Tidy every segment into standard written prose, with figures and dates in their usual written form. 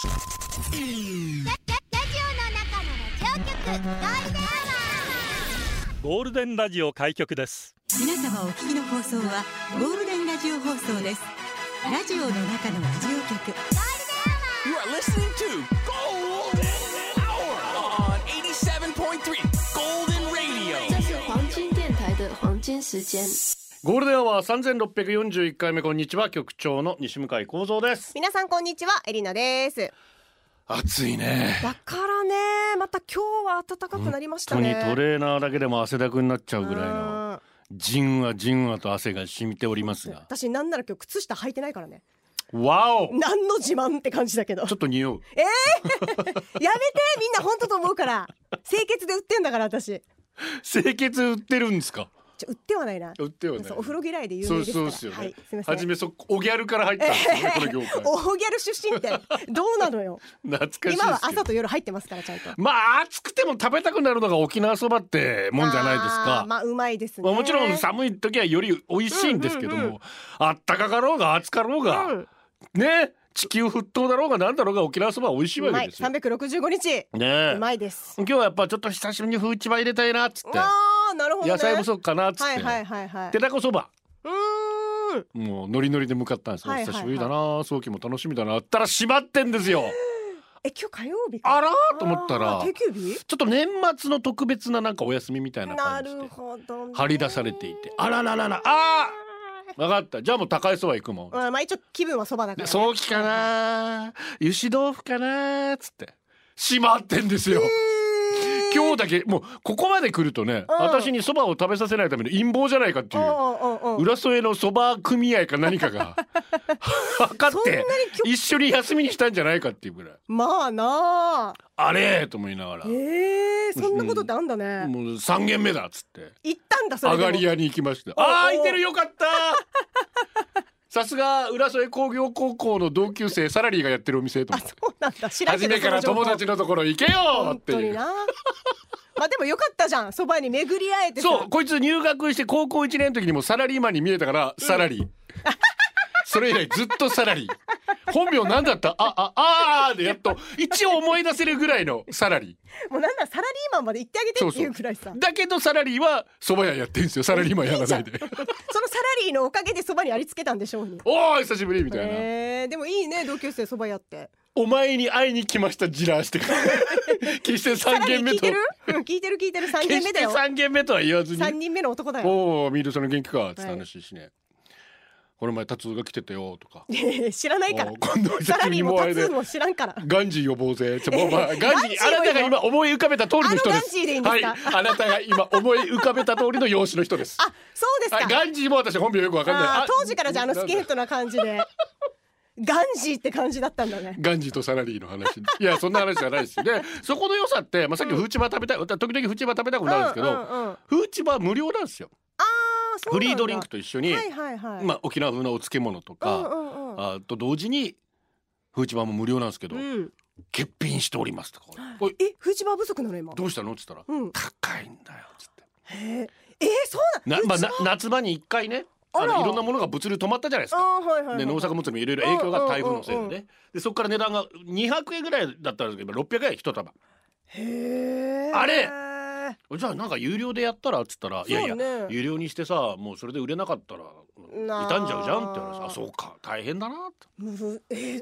ゴールデンラジオ開局です。 皆様お聞きの放送はゴールデンラジオ放送です。ラジオの中のラジオ局 You are listening to Golden Hour on 87.3 Golden Radio。 这是黄金電台的黄金時間。 ゴールデンアワー3641回目。こんにちは、局長の西向井光三です。 皆さんこんにちは、エリナです。 暑いね。 だからね、また今日は暖かくなりましたね。 本当にトレーナーだけでも汗だくになっちゃうぐらいのじんわじんわと汗が染みておりますが、 私なんなら今日靴下履いてないからね。 わお、 何の自慢って感じだけど、 ちょっと匂う。 やめて、みんな本当と思うから。清潔で売ってんだから私。 清潔売ってるんですか？ 売ってはないな。 売ってはない。 お風呂嫌いで有名ですから。 そうですよね。 はい、すみません。 はじめおギャルから入ったんですよね、この業界。 おギャル出身ってどうなのよ。 懐かしいですけど。 今は朝と夜入ってますから、ちゃんと。 まあ暑くても食べたくなるのが沖縄そばってもんじゃないですか。 まあうまいですね。 もちろん寒い時はより美味しいんですけども、あったかかろうが暑かろうが、ね、地球沸騰だろうがなんだろうが沖縄そばは美味しいわけですよ。 365日、ね、うまいです。 今日はやっぱちょっと久しぶりにフーチバ入れたいなっつって。 なるほどね、 野菜不足かなっつって、手だこそば、もうノリノリで向かったんですよ。久しぶりだな、早期も楽しみだなったら閉まってんですよ。 今日火曜日か。 あらーと思ったら定休日、ちょっと年末の特別ななんかお休みみたいな感じで張り出されていて、あらららら、分かった、じゃあもう高いそば行くもん。 まあ一応気分はそばだから、ね、 早期かな、油脂豆腐かなっつって閉まってんですよ。今日だけもうここまで来るとね、私にそばを食べさせないための陰謀じゃないかっていう、浦添のそば組合か何かが分かって一緒に休みにしたんじゃないかっていうぐらい。 まあなあれと思いながら、 そんなことってあんだね。 もう3軒目だっつって行ったんだ。それ上がり屋に行きました。空いてる、よかったさすが浦添工業高校の同級生サラリーがやってるお店と思って。 そうなんだ、知らんけど初めから友達のところ行けよっていう。本当になまあでもよかったじゃん、そばに巡り会えてさ。 そう、こいつ入学して高校1年の時にもサラリーマンに見えたからサラリー、それ以来ずっとサラリー。本名なんだった？でやっと一応思い出せるぐらいのサラリー。 もうなんだ、サラリーマンまで言ってあげてっていうくらいさ。 だけどサラリーは蕎麦屋やってんですよ。サラリーマンやらないで。そのサラリーのおかげで蕎麦にありつけたんでしょうに。 おー久しぶりみたいな。 でもいいね、同級生蕎麦屋って。 お前に会いに来ましたジラーして決して3軒目と聞いてる3軒目だよ。 決して3軒目とは言わずに 3人目の男だよ。 おーミールさんの元気かって話しね、この前タツーが来てたよとか知らないから。 今度サラリーもタツーも知らんから。 ガンジー呼ぼうぜ。ガンジー、あなたが今思い浮かべた通りの人です。 ガンジーでいいんですか？ はい、あなたが今思い浮かべた通りの容姿の人です。 そうですか。 ガンジーも私本名よくわかんない。 当時からじゃスキンヘッドな感じでガンジーって感じだったんだね。 ガンジーとサラリーの話。いやそんな話じゃないですで、そこの良さって、さっきフーチバー食べたい、時々フーチバー食べたくなるんですけど、フーチバー無料なんですよ。フリードリンクと一緒に、沖縄風のお漬物とか、と同時にフーチバーも無料なんですけど、欠品しておりますとか。 フーチバー不足なの今。 どうしたのって言ったら、高いんだよっつって。 そうなの。 夏場に1回ね、いろんなものが物流止まったじゃないですか。で農作物にもいろいろ影響が台風のせいでね。でそこから値段が200円ぐらいだったんですけど600円一束。あれじゃあなんか有料でやったらっつったら、いや有料にしてさ、もうそれで売れなかったら傷んじゃうじゃんって言われて、そうか大変だなって。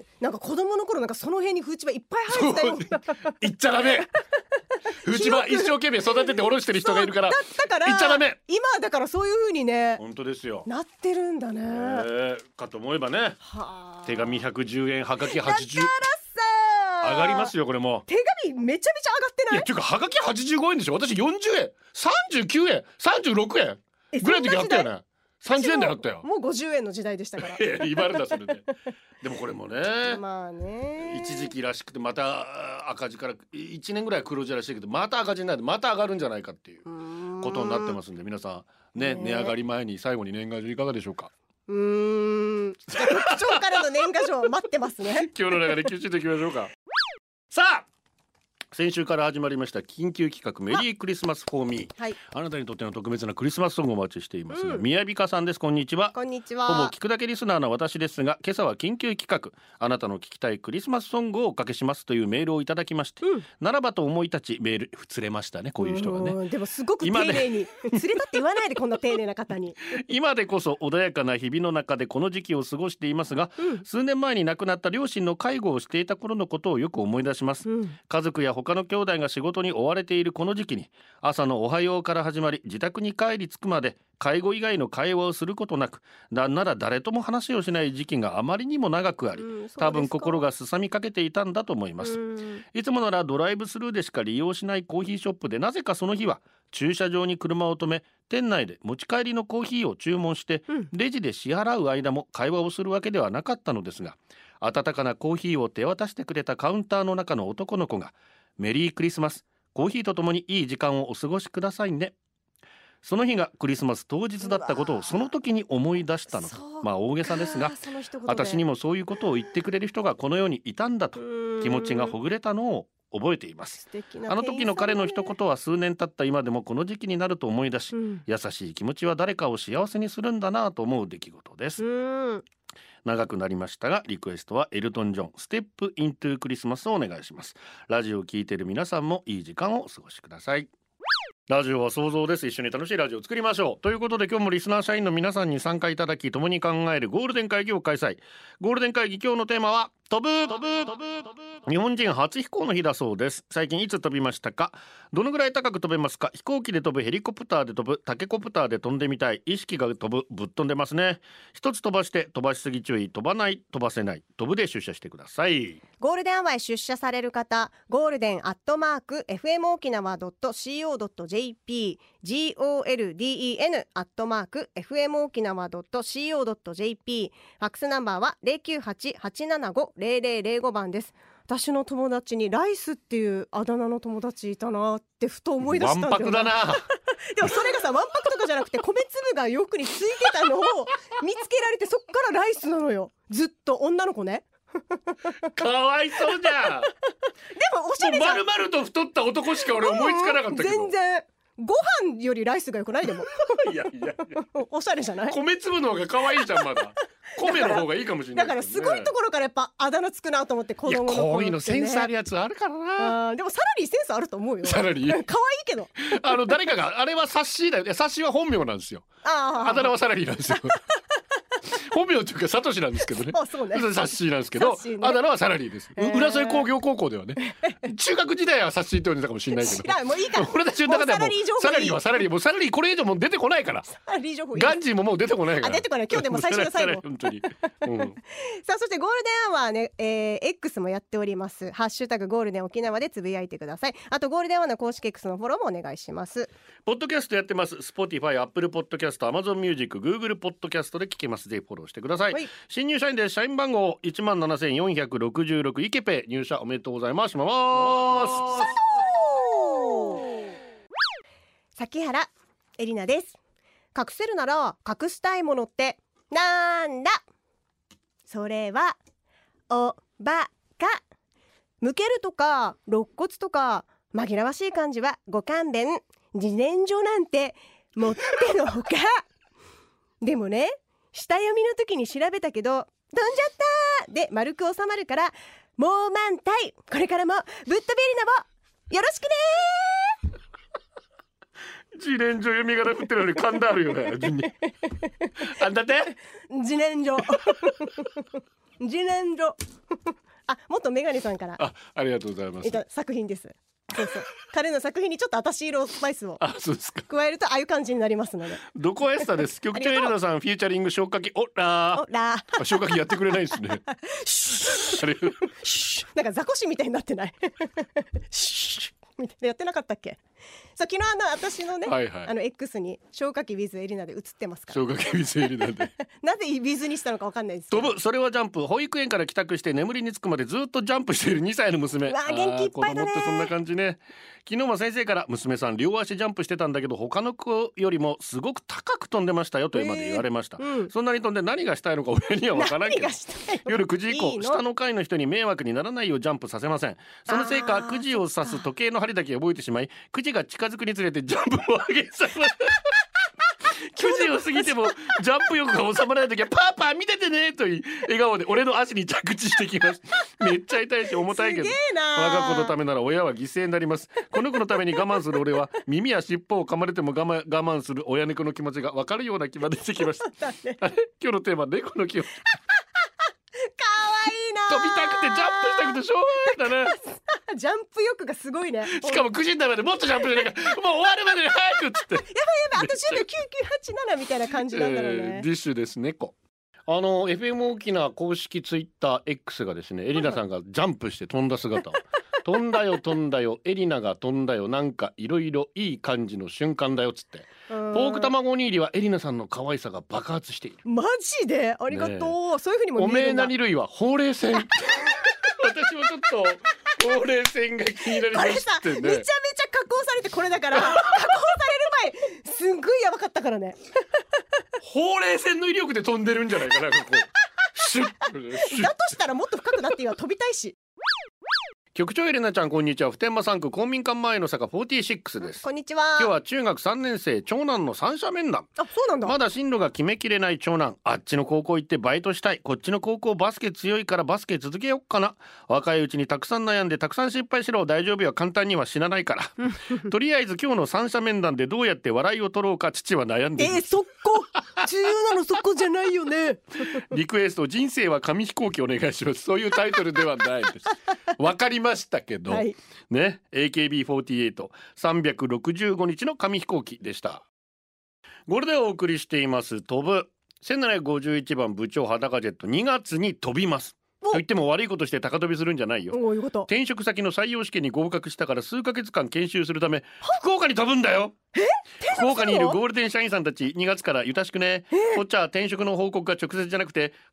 なんか子供の頃なんかその辺にフーチバーいっぱい入ってたよ。 言っちゃダメ。フーチバー一生懸命育てておろしてる人がいるからだったから言っちゃダメ。 今だからそういう風にね、 本当ですよ、 なってるんだね。 かと思えばね、手紙110円、はがき80上がりますよ。これも手紙めちゃめちゃ上がってない？ っていうかはがき85円でしょ。私40円39円36円ぐらいの時あったよね。30円であったよ。 もう50円の時代でしたから。 威張るんだそれで。でもこれもね、 まあね、 一時期らしくてまた赤字から1年ぐらい黒字らしいけど、また赤字になってまた上がるんじゃないかっていうことになってますんで、皆さんね、値上がり前に最後に年賀状いかがでしょうか。 局長からの年賀状待ってますね。 今日の中できちんといきましょうか。さあ先週から始まりました緊急企画メリークリスマスフォーミー、 はい、 あなたにとっての特別なクリスマスソングをお待ちしていますが、宮美香さんです。こんにちは。 こんにちは。 ほぼ聞くだけリスナーの私ですが、今朝は緊急企画あなたの聞きたいクリスマスソングをおかけしますというメールをいただきまして、ならばと思い立ちメール釣れましたね。こういう人がね。 でもすごく丁寧に釣れたって言わないでこんな丁寧な方に今でこそ穏やかな日々の中でこの時期を過ごしていますが、数年前に亡くなった両親の介護をしていた頃のことをよく思い出します、家族や他の兄弟が仕事に追われているこの時期に、朝のおはようから始まり自宅に帰り着くまで介護以外の会話をすることなく、なんなら誰とも話をしない時期があまりにも長くあり、多分心がすさみかけていたんだと思います。いつもならドライブスルーでしか利用しないコーヒーショップで、なぜかその日は駐車場に車を止め、店内で持ち帰りのコーヒーを注文して、レジで支払う間も会話をするわけではなかったのですが、温かなコーヒーを手渡してくれたカウンターの中の男の子が、メリークリスマス、コーヒーとともにいい時間をお過ごしくださいね。その日がクリスマス当日だったことをその時に思い出したのと、大げさですが、私にもそういうことを言ってくれる人がこの世にいたんだと気持ちがほぐれたのを覚えています。あの時の彼の一言は数年経った今でもこの時期になると思い出し、優しい気持ちは誰かを幸せにするんだなと思う出来事です。長くなりましたが、リクエストはエルトン・ジョン、ステップ・イントゥ・クリスマスをお願いします。ラジオを聞いている皆さんもいい時間をお過ごしください。ラジオは想像です。一緒に楽しいラジオを作りましょう。ということで今日もリスナー社員の皆さんに参加いただき、共に考えるゴールデン会議を開催。ゴールデン会議、今日のテーマは飛ぶ。日本人初飛行の日だそうです。最近いつ飛びましたか？どのぐらい高く飛べますか？飛行機で飛ぶ、ヘリコプターで飛ぶ、タケコプターで飛んでみたい。意識が飛ぶ、ぶっ飛んでますね。一つ飛ばして、飛ばしすぎ注意、飛ばない、飛ばせない、飛ぶで出社してください。 ゴールデンアワーへ出社される方、ゴールデン@FM 沖縄 .co.jp、 golden @FM 沖縄 .co.jp、 ファックスナンバーは 098-875-0005 番です。私の友達にライスっていうあだ名の友達いたなってふと思い出したんだよ。 わんぱくだなでもそれがさ、わんぱくとかじゃなくて米粒がよくについてたのを見つけられて、そっからライスなのよ。ずっと女の子ね。 かわいそうじゃん。でもおしゃれじゃん。 丸々と太った男しか俺思いつかなかったけど、 全然ご飯よりライスが良くない？でもいやおしゃれじゃない？ 米粒の方が可愛いじゃん。まだ米の方がいいかもしれない、 だからすごいところからやっぱあだ名つくなと思って、子供の頃って、ね、 こういうのセンスあるやつあるからな。 でもサラリーセンスあると思うよ。 サラリー可愛いけど誰かがあれはサッシーだよ。サッシーは本名なんですよ。あだ名はサラリーなんですよ。本名というかサトシなんですけどね。 そうね、 サッシーなんですけど、ね、あだ名はサラリーです。浦添工業高校ではね、中学時代はサッシーって言われたかもしれないけど、 もういいから俺たちの中ではもうサラリーはサラリー、もうサラリーこれ以上もう出てこないから。サラリー情報いい。ガンジーももう出てこないから。 出てこない。今日でも最初の最後本当に、さあそしてゴールデンアワーね、X もやっております。ハッシュタグゴールデン沖縄でつぶやいてください。あとゴールデンアワーの公式 X のフォローもお願いします。 ポッドキャストやってます。 Spotify、Apple Podcast、Amazon Music、Google Podcast で聞けます。ぜひフォローしてください。新入社員で社員番号 17,466 イケペ入社おめでとうございます。 崎原エリナです。隠せるなら隠したいものってなんだ？それはおバカ。向けるとか肋骨とか紛らわしい感じはご勘弁。自然薯なんてもってのほか。でもね、下読みの時に調べたけど飛んじゃったで丸く収まるから、もう満タイ。これからもぶっ飛びエリナもよろしくね。 自然薯読み仮名振ってるのに噛んであるよね。あんだって自然薯自然薯元メガネさんからありがとうございます。 作品です。そう彼の作品にちょっとあたし色スパイスをそうですか加えるとああいう感じになりますので。 どこエスタです。局長エレナさんフィーチャリング消火器。おら消火器やってくれないですね。 なんかザコシみたいになってない？みたいなやってなかったっけ？ そう昨日私のね、 はいはい、 X に消火器 with エリナで映ってますから。 消火器 with エリナでなぜ with にしたのか分かんないですけど。 飛ぶ、それはジャンプ。保育園から帰宅して眠りにつくまでずっとジャンプしている2歳の娘。 元気いっぱいだね。 子供ってそんな感じね。昨日も先生から娘さん両足ジャンプしてたんだけど他の子よりもすごく高く飛んでましたよとまで言われました、そんなに飛んで何がしたいのか親には分からんけど夜9時以降下の階の人に迷惑にならないようジャンプさせません。そのせいか9時を指す時計の針だけ覚えてしまい9時が近づくにつれてジャンプを上げさせます9時を過ぎてもジャンプ欲が収まらないときはパパ見ててねと言い笑顔で俺の足に着地してきますめっちゃ痛いし重たいけど我が子のためなら親は犠牲になります。この子のために我慢する俺は耳や尻尾を噛まれても我慢する親猫の気持ちが分かるような気が出てきました、あれ今日のテーマ猫の気持ちかわいいな。 飛びたくてジャンプしたくてしょうがないんだねジャンプ欲がすごいね。 しかも9時になるまでもっとジャンプしなきゃもう終わるまでに早くっつってやばいあと10秒9987みたいな感じなんだろうね、 ディッシュです猫。FM 沖縄公式ツイッター X がですねエリナさんがジャンプして飛んだ姿を飛んだよ飛んだよエリナが飛んだよなんかいろいろいい感じの瞬間だよっつってポーク卵おにぎりはエリナさんの可愛さが爆発している。 マジでありがとう、そういう風にもお見えるんだ。 めえ何類はほうれい線私もちょっとほうれい線が気になりましてね。 これさめちゃめちゃ加工されてこれだから加工される前すんごいやばかったからねほうれい線の威力で飛んでるんじゃないかなここシュッだとしたらもっと深くなって今飛びたいし。 局長エレナちゃんこんにちは。普天間3区公民館前の坂46です。 こんにちは。 今日は中学3年生長男の三者面談。 あ、そうなんだ。 まだ進路が決めきれない長男、あっちの高校行ってバイトしたい、こっちの高校バスケ強いからバスケ続けよっかな、若いうちにたくさん悩んでたくさん失敗しろ、大丈夫よ簡単には死なないからとりあえず今日の三者面談でどうやって笑いを取ろうか父は悩んでいる。 そこ重要なのそこじゃないよねリクエスト人生は紙飛行機お願いします。そういうタイトルではないですわかりましたけど、はい、ね AKB48 365日の紙飛行機でした。これでお送りしています飛ぶ1751番部長裸ジェット2月に飛びます。と言っても悪いことして高飛びするんじゃないよ。転職先の採用試験に合格したから数ヶ月間研修するため福岡に飛ぶんだよ。福岡にいるゴールデン社員さんたち2月からゆたしくね。こっちは転職の報告が直接じゃなくて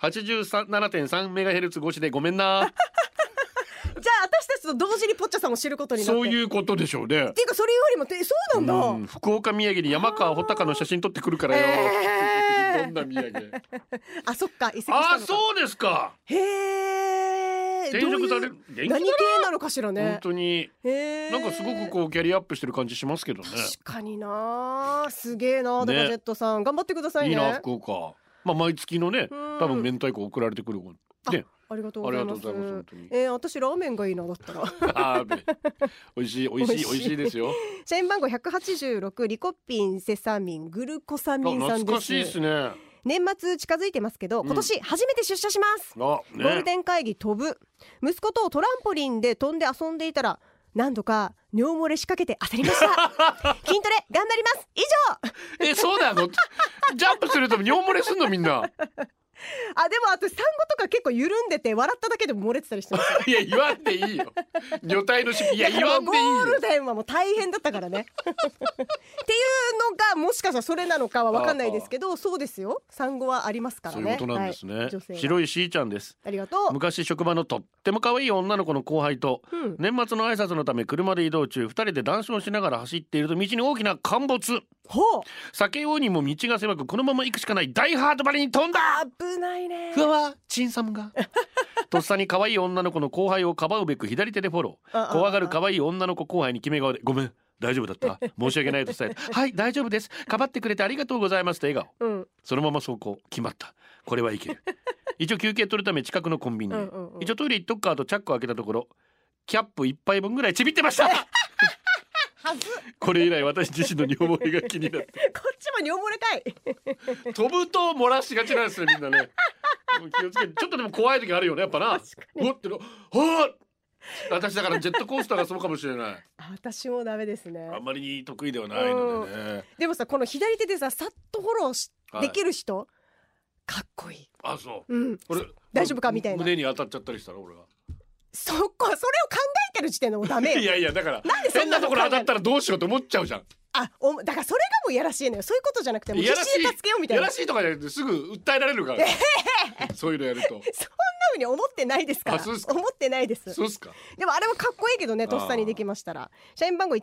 87.3MHz 越しでごめんなじゃあ私たちと同時にポッチャさんを知ることになって、 そういうことでしょうね。 っていうかそれよりもそうなんだ、 福岡土産に山川穂高の写真撮ってくるからよ、どんな土産あ、そっか移籍したのか。 あ、そうですか。 へえ。 転職される何系なのかしらね。 本当になんかすごくこうキャリアアップしてる感じしますけどね。 確かにな、すげえな。ダカジェットさん、頑張ってくださいね。 いいな福岡。まあ毎月のね多分明太子送られてくるね。 ありがとうございます。 本当に私ラーメンがいいなだったら美味しいですよ。 社員番号186リコピンセサミングルコサミンさんです。 懐かしいですね。 年末近づいてますけど今年初めて出社します、ゴールデン会議飛ぶ。息子とトランポリンで飛んで遊んでいたら何度か尿漏れしかけて焦りました筋トレ頑張ります以上そうなのジャンプすると尿漏れすんのみんなあ、でも私産後とか結構緩んでて笑っただけでも漏れてたりしてますいや言わんでいいよ女体のいや言わんでいいよ。 ゴールデンはもう大変だったからねっていうのがもしかしたらそれなのかは分かんないですけど、そうですよ、産後はありますからね。 そういうことなんですね、 はい、 白いしーちゃんです。 ありがとう。 昔職場のとっても可愛い女の子の後輩と、年末の挨拶のため車で移動中2人で談笑しながら走っていると道に大きな陥没。避けようにも道が狭くこのまま行くしかない大ハードバリに飛んだ。 危ないね。 ふわチンサムがとっさに可愛い女の子の後輩をかばうべく左手でフォロー。怖がる可愛い女の子後輩に決め顔でごめん大丈夫だった申し訳ないと伝えてはい大丈夫ですかばってくれてありがとうございますと笑顔、そのまま走行決まった。これはいける一応休憩取るため近くのコンビニへ、一応トイレ行っとくかとチャックを開けたところキャップ1杯分ぐらいちびってましたこれ以来私自身の尿漏れが気になってこっちも尿漏れかい飛ぶと漏らしがちなんですよみんなね気をつけて。ちょっとでも怖い時あるよねやっぱな。うっての私だからジェットコースターがそうかもしれない私もダメですね。 あんまり得意ではないのでね。 でもさこの左手でささっとフォローできる人、かっこいい。 あ、そう、 大丈夫かみたいな。 胸に当たっちゃったりしたら俺がそれを考えてる時点でもうダメよ。 いやいやだからなんでそんな変なところ当たったらどうしようと思っちゃうじゃん。 だからそれがもういやらしいのよ。そういうことじゃなくてもう必死で助けようみたいな。 やらしいとかじゃなくてすぐ訴えられるからそういうのやると。 そんな風に思ってないですから。 そうですか。 思ってないです。 そうですか。 でもあれもかっこいいけどね、とっさにできましたら。社員番号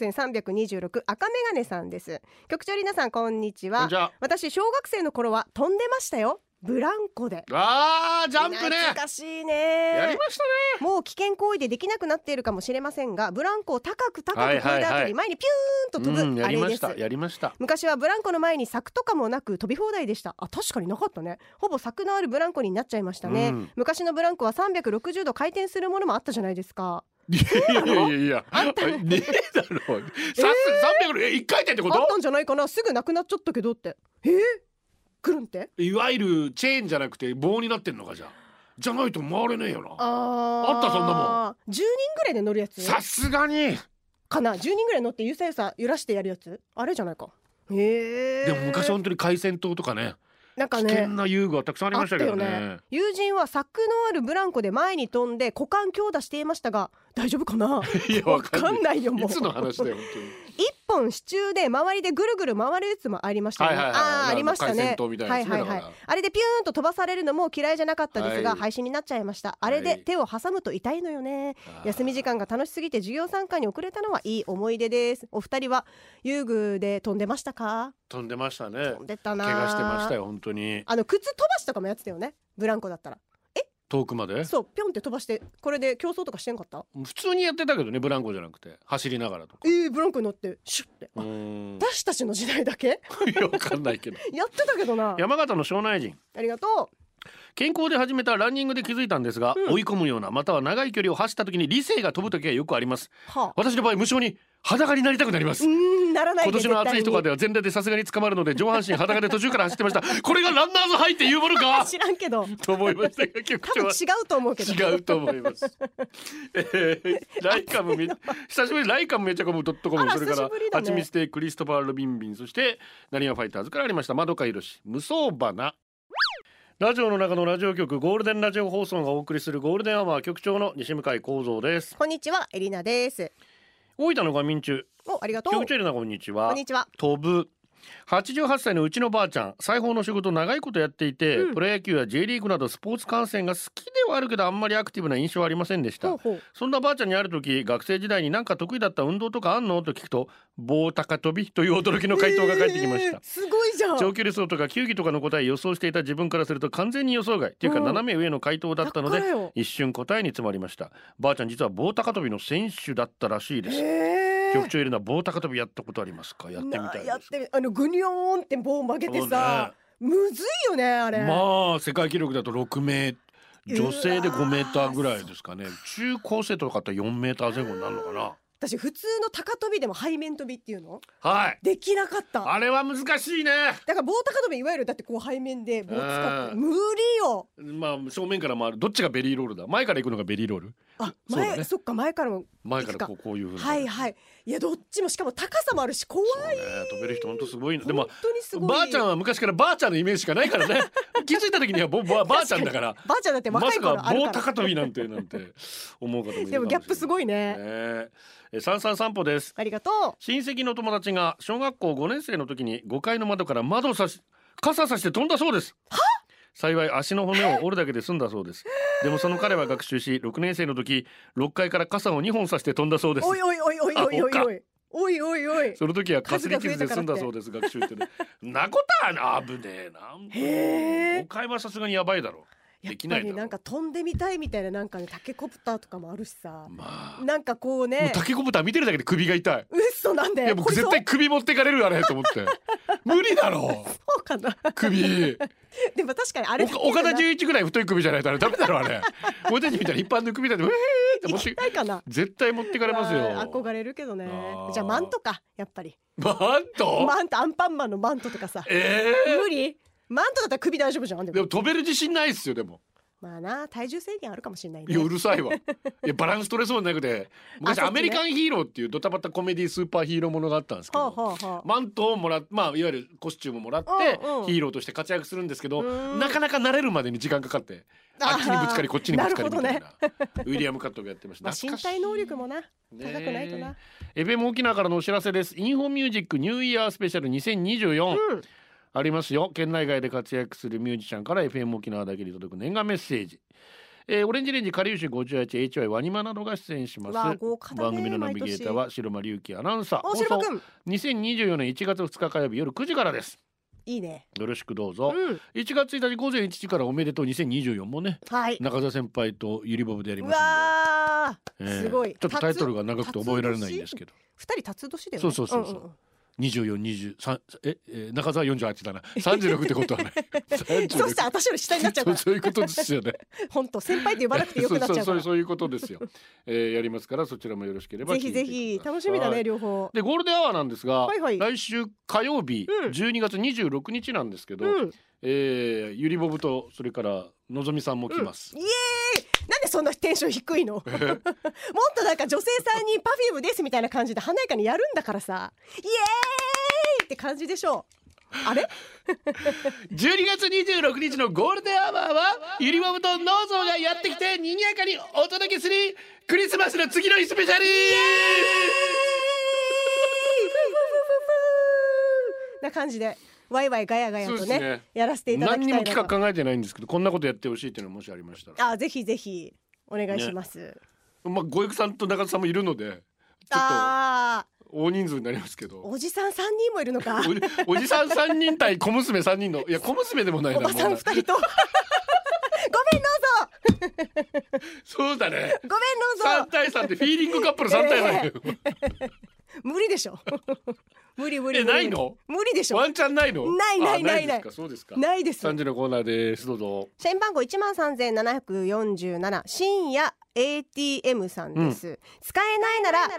14326赤メガネさんです。局長リナさんこんにちは。私小学生の頃は飛んでましたよ、ブランコで。 ジャンプね、 懐かしいね。 やりましたね。 もう危険行為でできなくなっているかもしれませんが、ブランコを高く飛んだ後に前にピューンと飛ぶ、あれです。 やりました。 昔はブランコの前に柵とかもなく飛び放題でした。確かになかったね。ほぼ柵のあるブランコになっちゃいましたね。昔のブランコは360度回転するものもあったじゃないですか。 いやあったねえだろう。300回転ってこと？ あったんじゃないかな。すぐなくなっちゃったけどって。くるんって、 いわゆるチェーンじゃなくて棒になってんのか。じゃないと回れねえよな。あったそんなもん。 10人ぐらいで乗るやつ。 さすがにかな。10人ぐらい乗ってゆさゆさ揺らしてやるやつ、あれじゃないか。 でも昔本当に海鮮島とかね、 なんかね、 危険な遊具はたくさんありましたけど ね。 友人は柵のあるブランコで前に飛んで股間強打していましたが大丈夫かな。 いやわかんないよ。もういつの話だよ本当に。 一本支柱で周りでぐるぐる回るやつもありましたね。ありましたね。あれでピューンと飛ばされるのも嫌いじゃなかったですが、廃止になっちゃいました。あれで手を挟むと痛いのよね。休み時間が楽しすぎて授業参観に遅れたのはいい思い出です。お二人は遊具で飛んでましたか？ 飛んでましたね。 飛んでたな。 怪我してましたよ本当に。 靴飛ばしとかもやってたよね、ブランコだったら。 遠くまでそうピョンって飛ばして、これで競争とかしてんかった？ 普通にやってたけどね、ブランコじゃなくて走りながらとか。 ブランコに乗ってシュッて。私たちの時代だけいやわかんないけどやってたけどな。 山形の庄内人、 ありがとう。 健康で始めたランニングで気づいたんですが、追い込むようなまたは長い距離を走った時に理性が飛ぶ時がよくあります。私の場合無性に裸になりたくなります。 ならないで。 今年の暑い日とかでは全裸でさすがに捕まるので上半身裸で途中から走ってましたこれがランナーズハイっていうものか知らんけどと思いましたが、局長は多分違うと思うけど。 違うと思いますライカム久しぶり。ライカムめちゃコム .com、 それからハチミステクリストファー・ルビンビン、そしてなにわファイターズからありましたまどかひろし無双花。ラジオの中のラジオ局ゴールデンラジオ放送がお送りするゴールデンアワー、局長の西向井光三です。 こんにちは、エリナです。 大分のガミン中。 ありがとう。 局長エリナこんにちは。 こんにちは。 飛ぶ88歳のうちのばあちゃん、裁縫の仕事長いことやっていて、プロ野球や J リーグなどスポーツ観戦が好きではあるけどあんまりアクティブな印象はありませんでした。そんなばあちゃんにある時、学生時代に何か得意だった運動とかあんのと聞くと、棒高跳びという驚きの回答が返ってきました。 すごいじゃん。 長距離走とか球技とかの答え予想していた自分からすると完全に予想外っていうか斜め上の回答だったので、一瞬答えに詰まりました。ばあちゃん実は棒高跳びの選手だったらしいです。局長いるのは棒高跳びやったことありますか？やってみたいです。 やってグニョーンって棒を曲げてさ、むずいよねあれ。 まあ世界記録だと6メートル、女性で5メーターぐらいですかね。中高生とかだったら4メーター前後になるのかな。 私普通の高跳びでも背面跳びっていうの、 できなかった。 あれは難しいね。 だから棒高跳びいわゆるだってこう背面で棒使って無理よ。 まあ正面から回る、どっちがベリーロールだ、前から行くのがベリーロール。 前、そっか前からも前からこういう風に。いやどっちも、しかも高さもあるし怖い。 飛べる人本当すごい。でもばあちゃんは昔からばあちゃんのイメージしかないからね気づいた時にはばあちゃんだからばあちゃんだって若い頃あるから、 まさか棒高跳びなんて思う方もいるかもしれない。 でもギャップすごいね。 三三散歩です。 ありがとう。 親戚の友達が小学校5年生の時に5階の窓から傘さして飛んだそうです。幸い足の骨を折るだけで済んだそうです。でもその彼は学習し、6年生の時6階から傘を2本さして飛んだそうです。 おいおいおいおいおいおいおいおいおいおい。 その時はかすり傷で済んだそうです。学習ってねなことはな、危ねえな。5階はさすがにやばいだろう。 やっぱりなんか飛んでみたいみたいな、なんかねタケコプターとかもあるしさ、なんかこうね、 タケコプター見てるだけで首が痛い。 嘘なんで。 いや僕絶対首持ってかれるあれと思って無理だろそうかな首でも確かにあれ岡田准一ぐらい太い首じゃないとあれダメだろあれ俺たちみたいな一般の首だと行きたいかな。 絶対持ってかれますよ。 憧れるけどね。じゃあマントか、やっぱりマントアンパンマンのマントとかさ。無理。マントだったら首大丈夫じゃん。 でも飛べる自信ないっすよ。でもまあな、体重制限あるかもしれないね。 いやうるさいわ。いやバランス取れそうになくて、昔アメリカンヒーローっていうドタバタコメディスーパーヒーローものがあったんですけど、マントをもらって、まあいわゆるコスチュームもらってヒーローとして活躍するんですけど、なかなか慣れるまでに時間かかって、あっちにぶつかりこっちにぶつかりみたいなウィリアム・カットがやってました。 身体能力もな高くないとな。 FM 沖縄からのお知らせです。インフォミュージックニューイヤースペシャル2024、ありますよ。県内外で活躍するミュージシャンから FM 沖縄だけに届く念願メッセージ。オレンジレンジ、かりゆし 58HY ワニマなどが出演します。番組のナビゲーターは白間隆樹アナウンサー。放送2024年1月2日火曜日夜9時からです。 いいね、 よろしくどうぞ。1月1日午前1時からおめでとう2024もね、中澤先輩とゆりぼぶでやりますんで、 すごい。 ちょっとタイトルが長くて覚えられないんですけど、 2人辰年だよね。 そう24、23、中澤48だな。36ってことはないそうしたら私より下になっちゃうからそういうことですよね。 本当先輩って呼ばなくてよくなっちゃうからそういうことですよ。やりますから、そちらもよろしければぜひぜひ。楽しみだね、両方で。ゴールデンアワーなんですが、来週火曜日12月26日なんですけど、ゆりぼぶとそれからのぞみさんも来ます。 イエーイ。なんでそんなテンション低いのもっとなんか女性さんにパフュームですみたいな感じで華やかにやるんだからさ、イエーイって感じでしょう。あれ 12月26日のゴールデンアワーはゆりぼぶとのぞがやってきて賑やかにお届けするクリスマスの次の日スペシャルな感じでワイワイガヤガヤと ねやらせていただきたいなと。 何にも企画考えてないんですけど、こんなことやってほしいっていうのもしありましたらぜひぜひお願いします。 まあごゆくさんと中田さんもいるのでちょっと大人数になりますけど、 おじさん3人もいるのかおじさん3人対小娘3人の、いや小娘でもないな、 おばさん2人とごめんどうぞそうだね、 ごめんどうぞ 3対3ってフィーリングカップル3対3よ無理でしょ無理ないの？ 無理でしょ。 ワンチャンないの？ ないそうですか。 ないです。 3時のコーナーです。どうぞ。 社員番号13747深夜 ATM さんです、使えないなら使うな。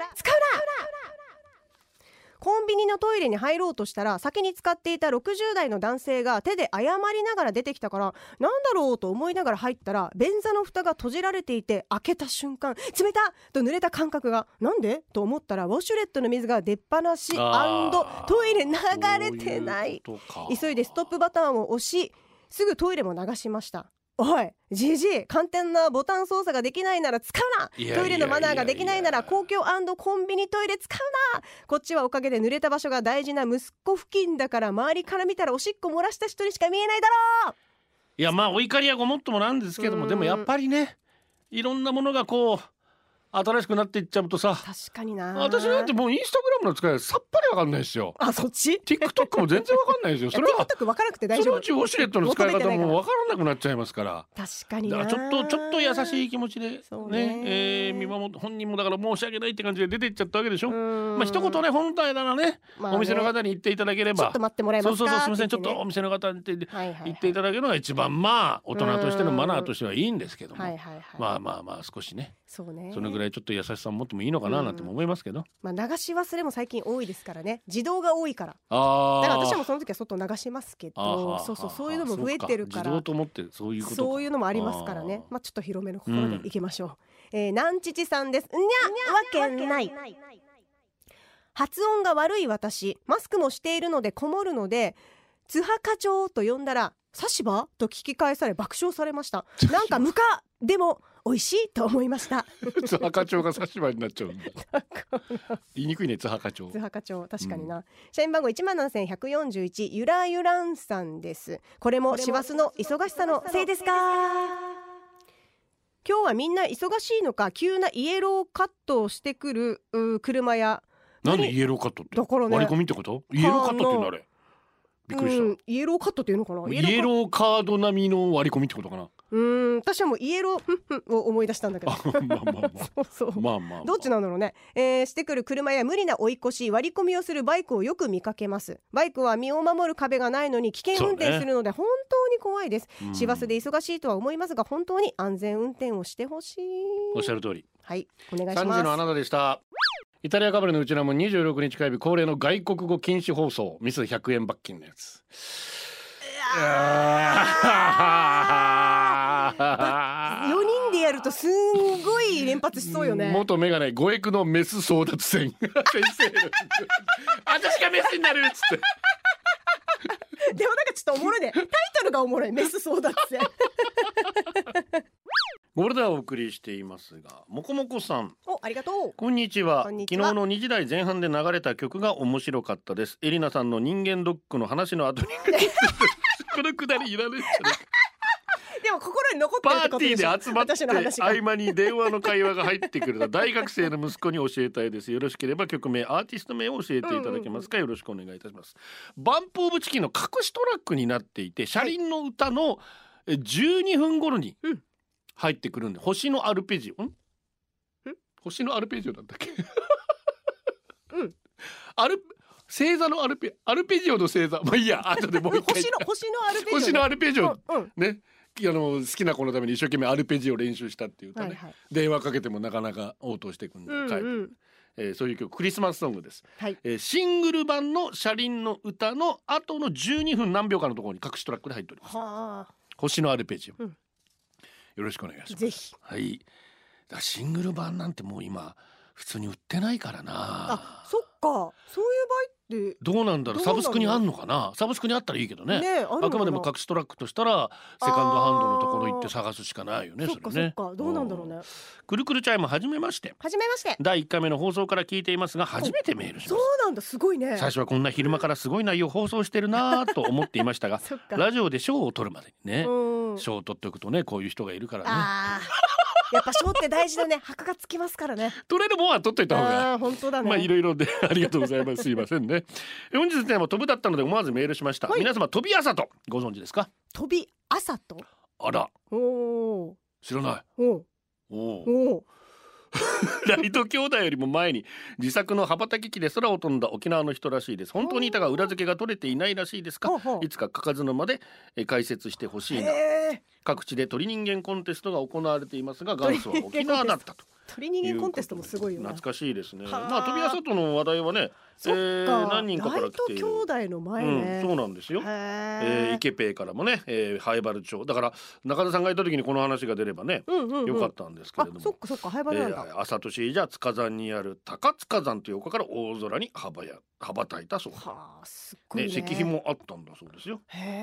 コンビニのトイレに入ろうとしたら先に使っていた60代の男性が手で謝りながら出てきたからなんだろうと思いながら入ったら便座の蓋が閉じられていて開けた瞬間冷たと濡れた感覚がなんでと思ったらウォシュレットの水が出っ放し&トイレ流れてない。急いでストップボタンを押しすぐトイレも流しました。おいじじい、簡単なボタン操作ができないなら使うな。トイレのマナーができないなら公共&コンビニトイレ使うな。こっちはおかげで濡れた場所が大事な息子付近だから周りから見たらおしっこ漏らした人にしか見えないだろう。 いやまあお怒りはごもっともなんですけども、でもやっぱりねいろんなものがこう新しくなっていっちゃうとさ、 確かにな。 私なんてもうインスタグラムの使いさっぱりわかんないですよ。 そっち TikTok も全然わかんないですよ。それは TikTok わからなくて大丈夫。 そのうちウォシュレットの使い方もわからなくなっちゃいますから。 確かにな。 だからちょっと優しい気持ちでね、見守って本人もだから申し訳ないって感じで出ていっちゃったわけでしょ。まあ一言ね本体ならね、お店の方に言っていただければ、 ちょっと待ってもらえますか。 そうすみません、ちょっとお店の方に言っていただけるのが一番まあ大人としてのマナーとしてはいいんですけども、まあ少しね、そのぐらいちょっと優しさも持ってもいいのかななんても思いますけど、 流し忘れも最近多いですからね。自動が多いから。だから私もその時は外流しますけど、そういうのも増えてるから、 自動と思ってそういうことか。 そういうのもありますからね。ちょっと広めの心でいきましょう。なんちちさんです。にゃわけない。発音が悪い私、マスクもしているのでこもるので津波課長と呼んだら差し歯と聞き返され爆笑されました。なんか無かでも美味しいと思いました津波課長が差し歯になっちゃうんだ言いにくいね、津波課長。 津波課長確かにな。社員番号17141ゆらゆらんさんです。これも師走の忙しさのせいですか。今日はみんな忙しいのか急なイエローカットをしてくる車や。 なんでイエローカットってだからね、 割り込みってこと？イエローカットって何？びっくりした。 イエローカットっていうのかな。 イエローカード並みの割り込みってことかな。 私はもうイエローを思い出したんだけどどっちなんだろうね。してくる車や無理な追い越し割り込みをするバイクをよく見かけます。バイクは身を守る壁がないのに危険運転するので本当に怖いです。師走で忙しいとは思いますが本当に安全運転をしてほしい。 おっしゃる通り。 はい、お願いします。 3時のあなたでした。イタリアかぶれのうちなも26日火曜日恒例の外国語禁止放送、ミス100円罰金のやつ。罰とすんごい連発しそうよね。 元メガネ五役のメス争奪戦先生私がメスになるっつってでもなんかちょっとおもろいね。タイトルがおもろい。メス争奪戦ゴールデンをお送りしていますが、もこもこさん、 ありがとう。 こんにちは。 こんにちは。 昨日の2時台前半で流れた曲が面白かったです。エリナさんの人間ドックの話の後にこのくだりいらないんじゃないでも心に残ってるってことでしょ。 パーティーで集まって合間に電話の会話が入ってくる大学生の息子に教えたいです。よろしければ曲名アーティスト名を教えていただけますか。よろしくお願いいたします。バンプオブチキンの隠しトラックになっていて、車輪の歌の12分頃に入ってくるんで、星のアルペジオ星のアルペジオなんだっけ星座のアルペジオの星座、まあいいや、後でもう一回星のアルペジオ、 星のアルペジオ、ね、好きな子のために一生懸命アルペジオ練習したっていう歌ね、電話かけてもなかなか応答してくるタイプ、そういう曲、クリスマスソングです、シングル版の車輪の歌の後の12分何秒かのところに隠しトラックで入っております。星のアルペジオ、よろしくお願いします。 ぜひ。 はい。だからシングル版なんてもう今普通に売ってないからな。 そっか。そういう場合ってどうなんだろう。サブスクにあんのかな。サブスクにあったらいいけどね。あくまでも隠しトラックとしたらセカンドハンドのところ行って探すしかないよね。 そっかそっか。どうなんだろうね。 くるくるチャイム始めまして。第1回目の放送から聞いていますが、初めてメールします。 そうなんだ、すごいね。 最初はこんな昼間からすごい内容放送してるなと思っていましたがラジオで賞を取るまでにね、賞を取っておくとね、こういう人がいるからね。 やっぱ賞って大事だね。箔がつきますからね。 取れるもんは取っといた方が。 本当だね。 まあいろいろでありがとうございます。すいませんね。本日のテーマ飛ぶだったので思わずメールしました。皆様、飛び朝とご存知ですか？ 飛び朝と？ あら。知らない。ライト兄弟よりも前に自作の羽ばたき機で空を飛んだ沖縄の人らしいです。本当にいたが裏付けが取れていないらしいですが、いつか書かずの間で解説してほしいな。各地で鳥人間コンテストが行われていますが、元祖は沖縄だったと。 鳥人間コンテストもすごいよね。 懐かしいですね。まあ飛び朝との話題はね、何人かから来ている。 ライト兄弟の前ね。 そうなんですよ。池ペイからもね、灰原町だから中田さんがいた時にこの話が出ればね、よかったんですけれども。 そっかそっか、灰原なんだ。 朝年じゃ塚山にある高塚山という丘から大空に羽ばたいたそうすごいね。 石碑もあったんだそうですよ。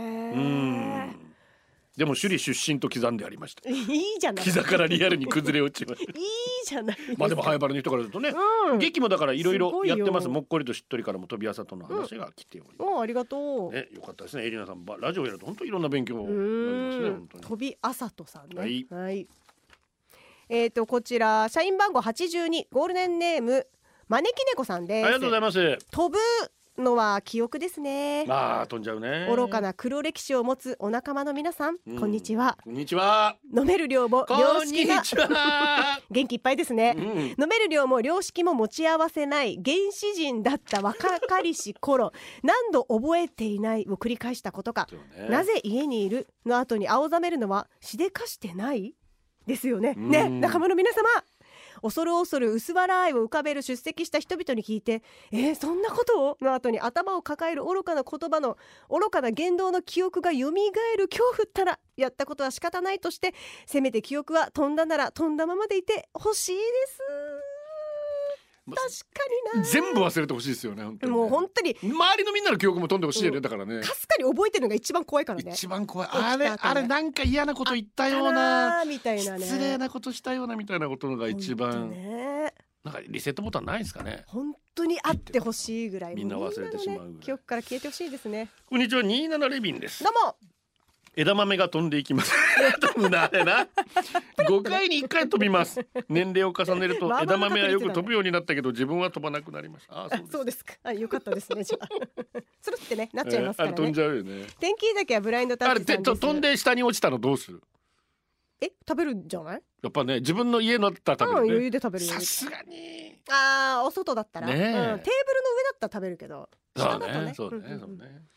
でも首里出身と刻んでありました。 いいじゃない。 膝からリアルに崩れ落ちました。 いいじゃない。 まあでも灰原の人からするとね、劇もだからいろいろやってます。もっこりとしっとりからも飛び朝との話が来ております。 ありがとう。 ね、よかったですね。エリナさんラジオやると本当にいろんな勉強になりますね。本当に。 飛び朝とさんね。はい。こちら社員番号82、ゴールデンネーム招き猫さんです。 ありがとうございます。 飛ぶのは記憶ですね。 まあ飛んじゃうね。 愚かな黒歴史を持つお仲間の皆さん、こんにちは。 こんにちは。 飲める量も良識が元気いっぱいですね。飲める量も良識も持ち合わせない原始人だった若かりし頃、何度覚えていないを繰り返したことか、なぜ家にいるの後に青ざめるのはしでかしてないですよね。ね、仲間の皆様、恐る恐る薄笑いを浮かべる出席した人々に聞いて、そんなことをの後に頭を抱える愚かな言葉の愚かな言動の記憶が蘇る恐怖ったら、やったことは仕方ないとして、せめて記憶は飛んだなら飛んだままでいてほしいです。確かにな。 全部忘れてほしいですよね。本当にね。 もう本当に周りのみんなの記憶も飛んでほしいよね。だからね。 かすかに覚えてるのが一番怖いからね。 一番怖い。あれなんか嫌なこと言ったような、 みたいなね。 失礼なことしたようなみたいなことが一番。なんかリセットボタンないですかね。 本当にあってほしいぐらい。 みんな忘れてしまうぐらい。 記憶から消えてほしいですね。 こんにちは、27レビンです。 どうも。 枝豆が飛んでいきます。飛ぶなあれな。5回に1回飛びます。年齢を重ねると枝豆はよく飛ぶようになったけど、自分は飛ばなくなりました。 そうですか。よかったですね。じゃあそれってね、なっちゃいますからね。 飛んじゃうよね。 天気だけはブラインドタッチさんです。 飛んで下に落ちたのどうする？ 食べるんじゃない？ やっぱね、自分の家のだったら食べるね。 余裕で食べる。 さすがに。 お外だったら、テーブルの上だったら食べるけど。 そうね。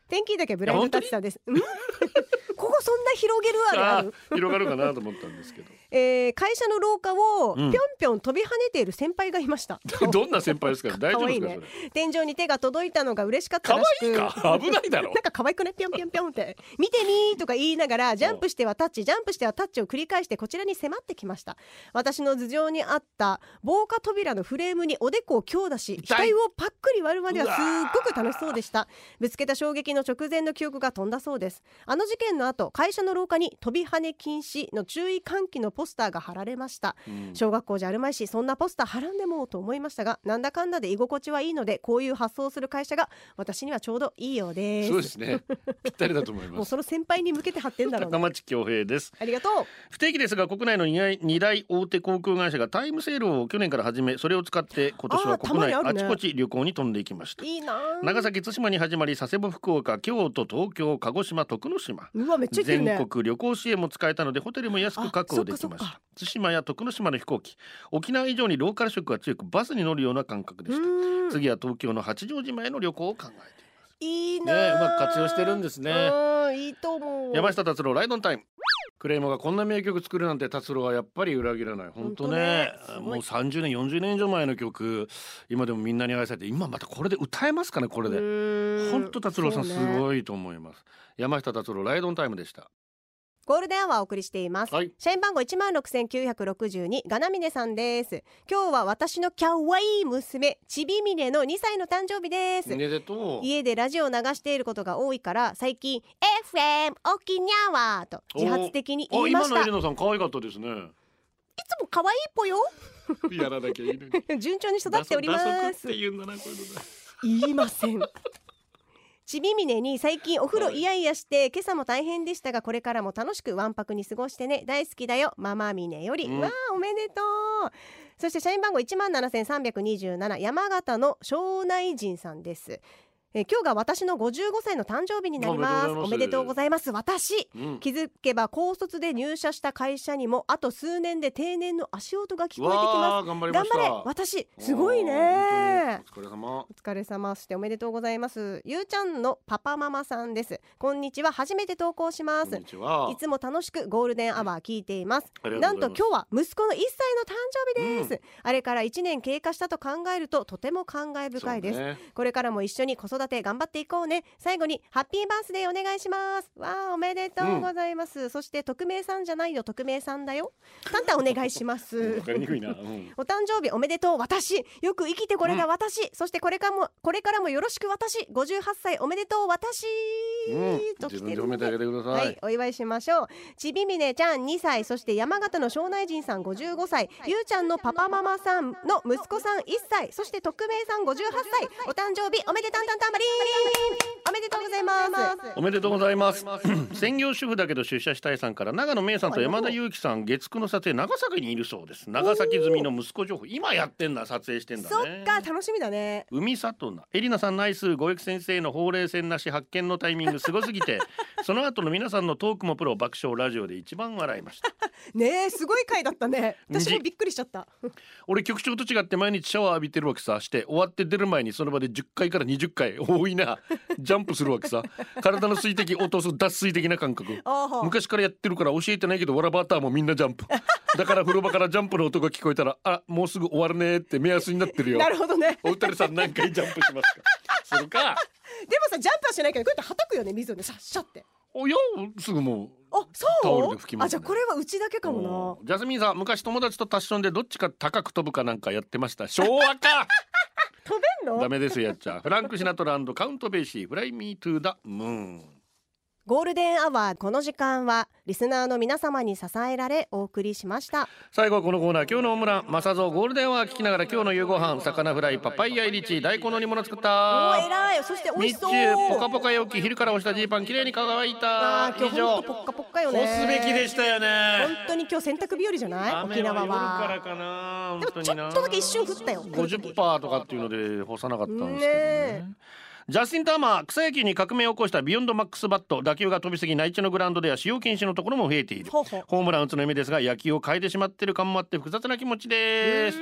天気だけブラインドタッチさんです。ここそんな広げるあるある広がるかなと思ったんですけど、 会社の廊下をぴょんぴょん飛び跳ねている先輩がいました。 どんな先輩ですか？大丈夫ですか？ 可愛いね。天井に手が届いたのが嬉しかったらしく。 可愛いか？危ないだろ。 なんか可愛くね、ぴょんぴょんぴょんって見てみーとか言いながらジャンプしてはタッチジャンプしてはタッチを繰り返してこちらに迫ってきました。私の頭上にあった防火扉のフレームにおでこを強打し額をパックリ割るまではすっごく楽しそうでした。ぶつけた衝撃の直前の記憶が飛んだそうです。あの事件の後、会社の廊下に飛び跳ね禁止の注意喚起のポスターが貼られました。小学校じゃあるまいしそんなポスター貼らんでもと思いましたが、なんだかんだで居心地はいいので、こういう発想をする会社が私にはちょうどいいようです。 そうですね、ぴったりだと思います。 もうその先輩に向けて貼ってんだろうね。 高町恭平です。 ありがとう。 不定期ですが、国内の2大大手航空会社がタイムセールを去年から始め、それを使って今年は国内 あちこち旅行に飛んでいきました。 いいな。 長崎対馬に始まり、佐世保、福岡、京都、東京、鹿児島、徳之島、 うわめっちゃ行ってるね。 全国旅行支援も使えたのでホテルも安く確保できました。対馬や徳之島の飛行機、沖縄以上にローカル色が強くバスに乗るような感覚でした。次は東京の八丈島への旅行を考えています。 いいな、 ね、うまく活用してるんですね。 いいと思う。 山下達郎ライドンタイム。クレイモがこんな名曲作るなんて、達郎はやっぱり裏切らない。本当ね、もう30年40年以上前の曲、今でもみんなに愛されて、今またこれで歌えますかね。これで本当達郎さんすごいと思います。山下達郎ライドンタイムでした。 ゴールデンアワーをお送りしています、社員番号16,962ガナミネさんです。今日は私のキャワイイ娘ちびみねの2歳の誕生日です。 おめでとう。 家でラジオを流していることが多いから、最近 FM 沖縄と自発的に言いました。 今のエレナさん可愛かったですね。いつも可愛いっぽよやらなきゃいいのに順調に育っております。 って言うんだな、こういうのだ。 言いませんちびみねに最近お風呂イヤイヤして、今朝も大変でしたがこれからも楽しくわんぱくに過ごしてね、大好きだよママみねより、わあおめでとう。そして社員番号17,327山形の庄内人さんです。今日が私の55歳の誕生日になります。おめでとうございます。私、気づけば高卒で入社した会社にもあと数年で定年の足音が聞こえてきます。 頑張りました。 頑張れ私、すごいね。 お疲れ様。 お疲れ様。そしておめでとうございます。ゆうちゃんのパパママさんです。こんにちは、初めて投稿します。 こんにちは。 いつも楽しくゴールデンアワー聞いています。なんと今日は息子の1歳の誕生日です。あれから1年経過したと考えるととても感慨深いです。これからも一緒に子育て頑張っていこうね。最後にハッピーバースデーお願いします。わあおめでとうございます。そして匿名さんじゃないよ、匿名さんだよ。タンタンお願いします。 わかりにくいな。 お誕生日おめでとう。私よく生きてこれが私、そしてこれからもよろしく私。58歳おめでとう私、と来てるので、はい、お祝いしましょう。ちびみねちゃん2歳、そして山形の庄内人さん55歳、ゆうちゃんのパパママさんの息子さん1歳、そして匿名さん58歳、お誕生日おめでたんたんたんばりー。おめでとうございます。 おめでとうございます。専業主婦だけど出社したいさんから、長野芽さんと山田裕貴さん月9の撮影長崎にいるそうです。長崎済みの息子情報今やってんだ、撮影してんだね。 そっか楽しみだね。 海里なエリナさんナイス。ごゆき先生のほうれい線なし発見のタイミングすごすぎてその後の皆さんのトークもプロ爆笑、ラジオで一番笑いましたねえすごい回だったね。私もびっくりしちゃった。 俺局長と違って毎日シャワー浴びてるわけさ。して終わって出る前にその場で10回から20回多いなジャンプするわけさ。体の水滴落とす脱水的な感覚昔からやってるから教えてないけど、わらバーターもみんなジャンプだから風呂場からジャンプの音が聞こえたら、あもうすぐ終わるねって目安になってるよ。 なるほどね。 お二人さん何回ジャンプしますかするか。 でもさジャンプはしないけどこうやってはたくよね、水をねシャッシャって。 およすぐもうそうタオルで拭きます、ね、 じゃあこれはうちだけかもな。ジャスミンさん、昔友達とタッションでどっちか高く飛ぶかなんかやってました。昭和か飛べんの？ ダメですやっちゃ。フランクシナトラカウントベイシーフライミートゥーダムーン。 ゴールデンアワー、この時間はリスナーの皆様に支えられお送りしました。 最後はこのコーナー、今日のオムランマサゾゴールデンアワー聞きながら今日の夕ご飯、魚フライパパイヤ入りチ大根の煮物作った。 お偉い。そして美味しそう。 日中ポカポカ陽気、昼から押したジーパンきれいに乾いた。 今日ほんとポッカポッカよね。 干すべきでしたよね。 本当に今日洗濯日和じゃない？沖縄は雨は夜からかな。 でもちょっとだけ一瞬降ったよ。 50% とかっていうので干さなかったんですけどね。ジャスティン・ターマー、草野球に革命を起こしたビヨンドマックスバット。打球が飛びすぎ内地のグラウンドでは使用禁止のところも増えている。ホームラン打つの夢ですが野球を変えてしまっている感もあって複雑な気持ちです。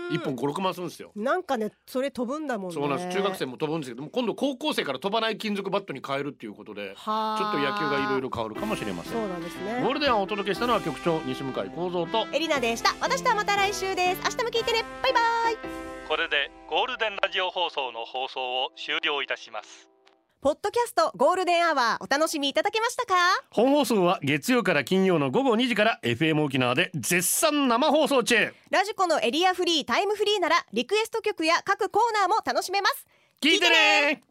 1本5、6万するんですよ。 なんかねそれ飛ぶんだもんね。 そうなんです。中学生も飛ぶんですけども、今度高校生から飛ばない金属バットに変えるっていうことでちょっと野球がいろいろ変わるかもしれません。 そうなんですね。 ゴールデンをお届けしたのは局長西向井光三とエリナでした。私とはまた来週です。明日も聞いてね。バイバイ。 これでゴールデンラジオ放送の放送を終了いたします。 ポッドキャストゴールデンアワーお楽しみいただけましたか？ 本放送は月曜から金曜の午後2時から FM 沖縄で絶賛生放送中。 ラジコのエリアフリータイムフリーならリクエスト曲や各コーナーも楽しめます。 聞いてね。